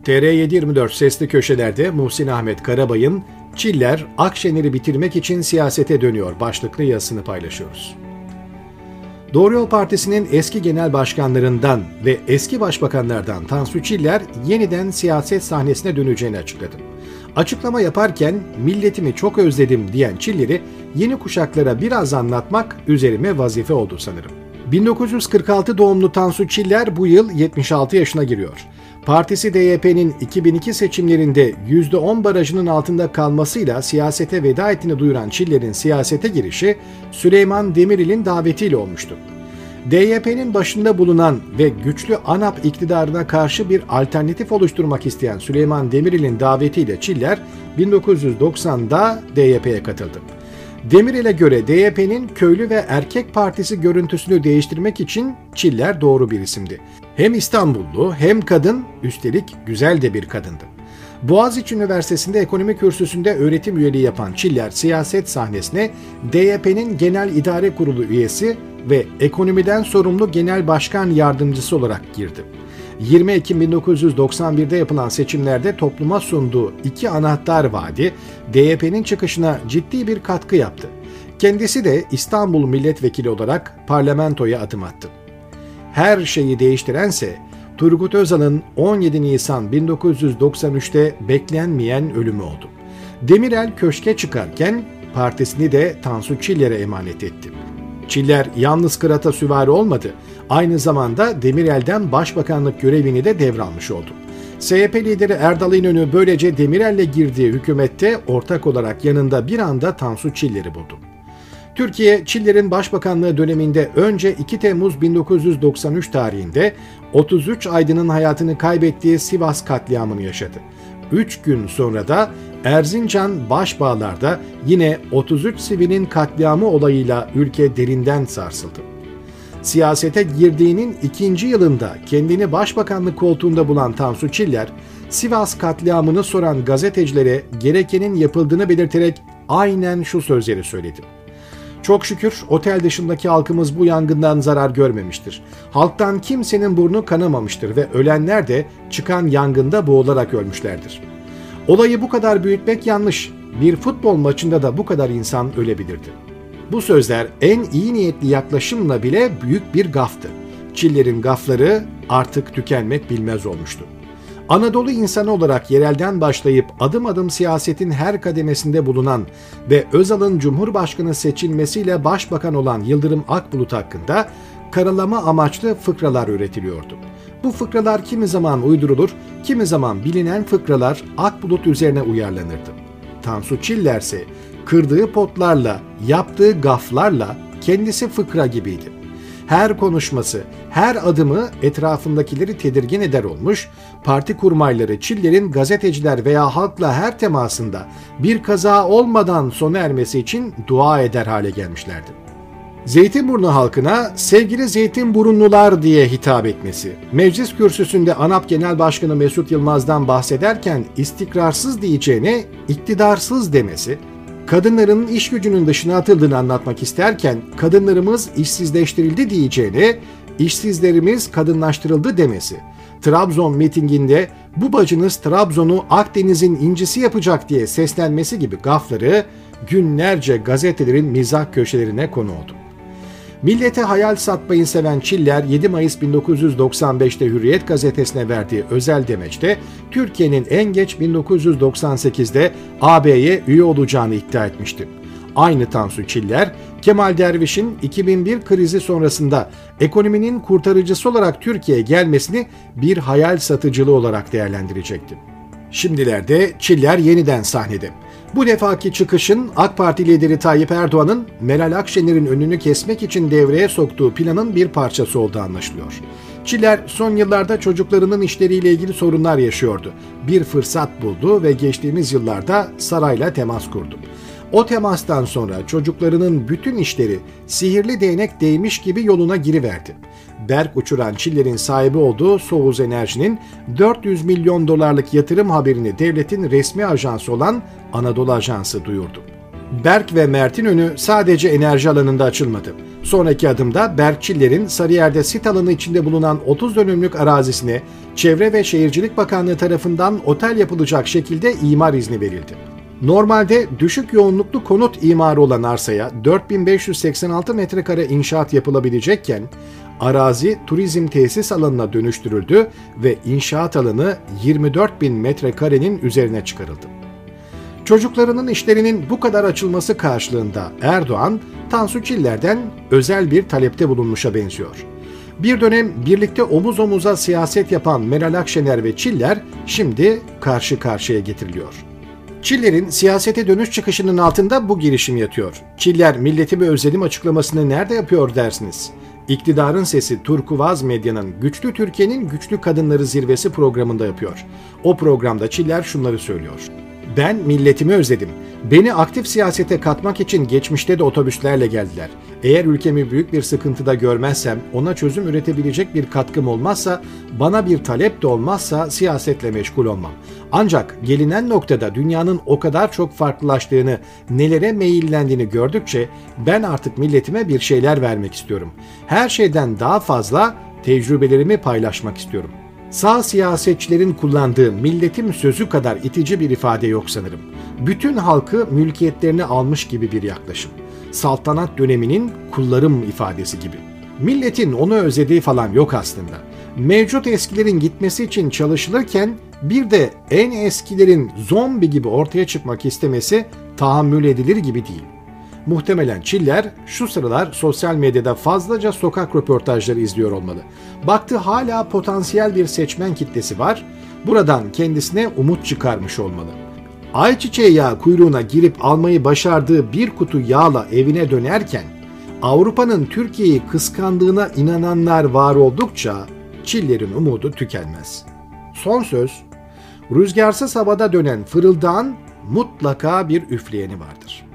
TR724 Sesli Köşeler'de Muhsin Ahmet Karabay'ın "Çiller Akşener'i bitirmek için siyasete dönüyor" başlıklı yazısını paylaşıyoruz. Doğru Yol Partisi'nin eski genel başkanlarından ve eski başbakanlardan Tansu Çiller yeniden siyaset sahnesine döneceğini açıkladı. Açıklama yaparken "milletimi çok özledim" diyen Çiller'i yeni kuşaklara biraz anlatmak üzerime vazife oldu sanırım. 1946 doğumlu Tansu Çiller bu yıl 76 yaşına giriyor. Partisi DYP'nin 2002 seçimlerinde %10 barajının altında kalmasıyla siyasete veda ettiğini duyuran Çiller'in siyasete girişi Süleyman Demirel'in davetiyle olmuştu. DYP'nin başında bulunan ve güçlü ANAP iktidarına karşı bir alternatif oluşturmak isteyen Süleyman Demirel'in davetiyle Çiller 1990'da DYP'ye katıldı. Demirel'e göre DYP'nin köylü ve erkek partisi görüntüsünü değiştirmek için Çiller doğru bir isimdi. Hem İstanbullu hem kadın, üstelik güzel de bir kadındı. Boğaziçi Üniversitesi'nde ekonomi kürsüsünde öğretim üyeliği yapan Çiller siyaset sahnesine DYP'nin Genel İdare Kurulu üyesi ve ekonomiden sorumlu genel başkan yardımcısı olarak girdi. 20 Ekim 1991'de yapılan seçimlerde topluma sunduğu 2 anahtar vaadi DYP'nin çıkışına ciddi bir katkı yaptı. Kendisi de İstanbul milletvekili olarak parlamentoya adım attı. Her şeyi değiştirense Turgut Özal'ın 17 Nisan 1993'te beklenmeyen ölümü oldu. Demirel köşke çıkarken partisini de Tansu Çiller'e emanet etti. Çiller yalnız kırata süvari olmadı, aynı zamanda Demirel'den başbakanlık görevini de devralmış oldu. CHP lideri Erdal İnönü böylece Demirel'le girdiği hükümette ortak olarak yanında bir anda Tansu Çiller'i buldu. Türkiye, Çiller'in başbakanlığı döneminde önce 2 Temmuz 1993 tarihinde 33 aydının hayatını kaybettiği Sivas katliamını yaşadı. 3 gün sonra da Erzincan Başbağlar'da yine 33 sivilin katliamı olayıyla ülke derinden sarsıldı. Siyasete girdiğinin 2. yılında kendini başbakanlık koltuğunda bulan Tansu Çiller, Sivas katliamını soran gazetecilere gerekenin yapıldığını belirterek aynen şu sözleri söyledi. "Çok şükür otel dışındaki halkımız bu yangından zarar görmemiştir. Halktan kimsenin burnu kanamamıştır ve ölenler de çıkan yangında boğularak ölmüşlerdir. Olayı bu kadar büyütmek yanlış. Bir futbol maçında da bu kadar insan ölebilirdi." Bu sözler en iyi niyetli yaklaşımla bile büyük bir gaftı. Çiller'in gafları artık tükenmek bilmez olmuştu. Anadolu insanı olarak yerelden başlayıp adım adım siyasetin her kademesinde bulunan ve Özal'ın Cumhurbaşkanı seçilmesiyle başbakan olan Yıldırım Akbulut hakkında karalama amaçlı fıkralar üretiliyordu. Bu fıkralar kimi zaman uydurulur, kimi zaman bilinen fıkralar Akbulut üzerine uyarlanırdı. Tansu Çiller ise kırdığı potlarla, yaptığı gaflarla kendisi fıkra gibiydi. Her konuşması, her adımı etrafındakileri tedirgin eder olmuş, parti kurmayları Çiller'in gazeteciler veya halkla her temasında bir kaza olmadan sona ermesi için dua eder hale gelmişlerdi. Zeytinburnu halkına "sevgili Zeytinburunlular" diye hitap etmesi, meclis kürsüsünde ANAP Genel Başkanı Mesut Yılmaz'dan bahsederken istikrarsız diyeceğine iktidarsız demesi, kadınların iş gücünün dışına atıldığını anlatmak isterken kadınlarımız işsizleştirildi diyeceğine işsizlerimiz kadınlaştırıldı demesi, Trabzon mitinginde "bu bacınız Trabzon'u Akdeniz'in incisi yapacak" diye seslenmesi gibi gafları günlerce gazetelerin mizah köşelerine konu oldu. Millete hayal satmayı seven Çiller 7 Mayıs 1995'te Hürriyet gazetesine verdiği özel demeçte Türkiye'nin en geç 1998'de AB'ye üye olacağını iddia etmişti. Aynı Tansu Çiller, Kemal Derviş'in 2001 krizi sonrasında ekonominin kurtarıcısı olarak Türkiye'ye gelmesini bir hayal satıcılığı olarak değerlendirecekti. Şimdilerde Çiller yeniden sahnede. Bu defaki çıkışın AK Parti lideri Tayyip Erdoğan'ın Meral Akşener'in önünü kesmek için devreye soktuğu planın bir parçası olduğu anlaşılıyor. Çiller son yıllarda çocuklarının işleriyle ilgili sorunlar yaşıyordu. Bir fırsat buldu ve geçtiğimiz yıllarda sarayla temas kurdu. O temastan sonra çocuklarının bütün işleri sihirli değnek değmiş gibi yoluna giriverdi. Berk uçuran Çiller'in sahibi olduğu Soğuz Enerji'nin 400 milyon dolarlık yatırım haberini devletin resmi ajansı olan Anadolu Ajansı duyurdu. Berk ve Mert'in önü sadece enerji alanında açılmadı. Sonraki adımda Berk Çiller'in Sarıyer'de sit alanı içinde bulunan 30 dönümlük arazisine Çevre ve Şehircilik Bakanlığı tarafından otel yapılacak şekilde imar izni verildi. Normalde düşük yoğunluklu konut imarı olan arsaya 4586 metrekare inşaat yapılabilecekken arazi turizm tesis alanına dönüştürüldü ve inşaat alanı 24.000 metrekarenin üzerine çıkarıldı. Çocuklarının işlerinin bu kadar açılması karşılığında Erdoğan, Tansu Çiller'den özel bir talepte bulunmuşa benziyor. Bir dönem birlikte omuz omuza siyaset yapan Meral Akşener ve Çiller şimdi karşı karşıya getiriliyor. Çiller'in siyasete dönüş çıkışının altında bu girişim yatıyor. Çiller milletimi özledim açıklamasını nerede yapıyor dersiniz? İktidarın sesi Turkuaz Medya'nın Güçlü Türkiye'nin Güçlü Kadınları Zirvesi programında yapıyor. O programda Çiller şunları söylüyor. Ben milletimi özledim. Beni aktif siyasete katmak için geçmişte de otobüslerle geldiler. Eğer ülkemi büyük bir sıkıntıda görmezsem, ona çözüm üretebilecek bir katkım olmazsa, bana bir talep de olmazsa siyasetle meşgul olmam. Ancak gelinen noktada dünyanın o kadar çok farklılaştığını, nelere meyillendiğini gördükçe ben artık milletime bir şeyler vermek istiyorum. Her şeyden daha fazla tecrübelerimi paylaşmak istiyorum. Sağ siyasetçilerin kullandığı milletim sözü kadar itici bir ifade yok sanırım. Bütün halkı mülkiyetlerini almış gibi bir yaklaşım. Saltanat döneminin kullarım ifadesi gibi. Milletin onu özlediği falan yok aslında. Mevcut eskilerin gitmesi için çalışılırken bir de en eskilerin zombi gibi ortaya çıkmak istemesi tahammül edilir gibi değil. Muhtemelen Çiller şu sıralar sosyal medyada fazlaca sokak röportajları izliyor olmalı. Baktı hala potansiyel bir seçmen kitlesi var, buradan kendisine umut çıkarmış olmalı. Ayçiçeği yağı kuyruğuna girip almayı başardığı bir kutu yağla evine dönerken, Avrupa'nın Türkiye'yi kıskandığına inananlar var oldukça Çiller'in umudu tükenmez. Son söz, rüzgarsız havada dönen fırıldağın mutlaka bir üfleyeni vardır.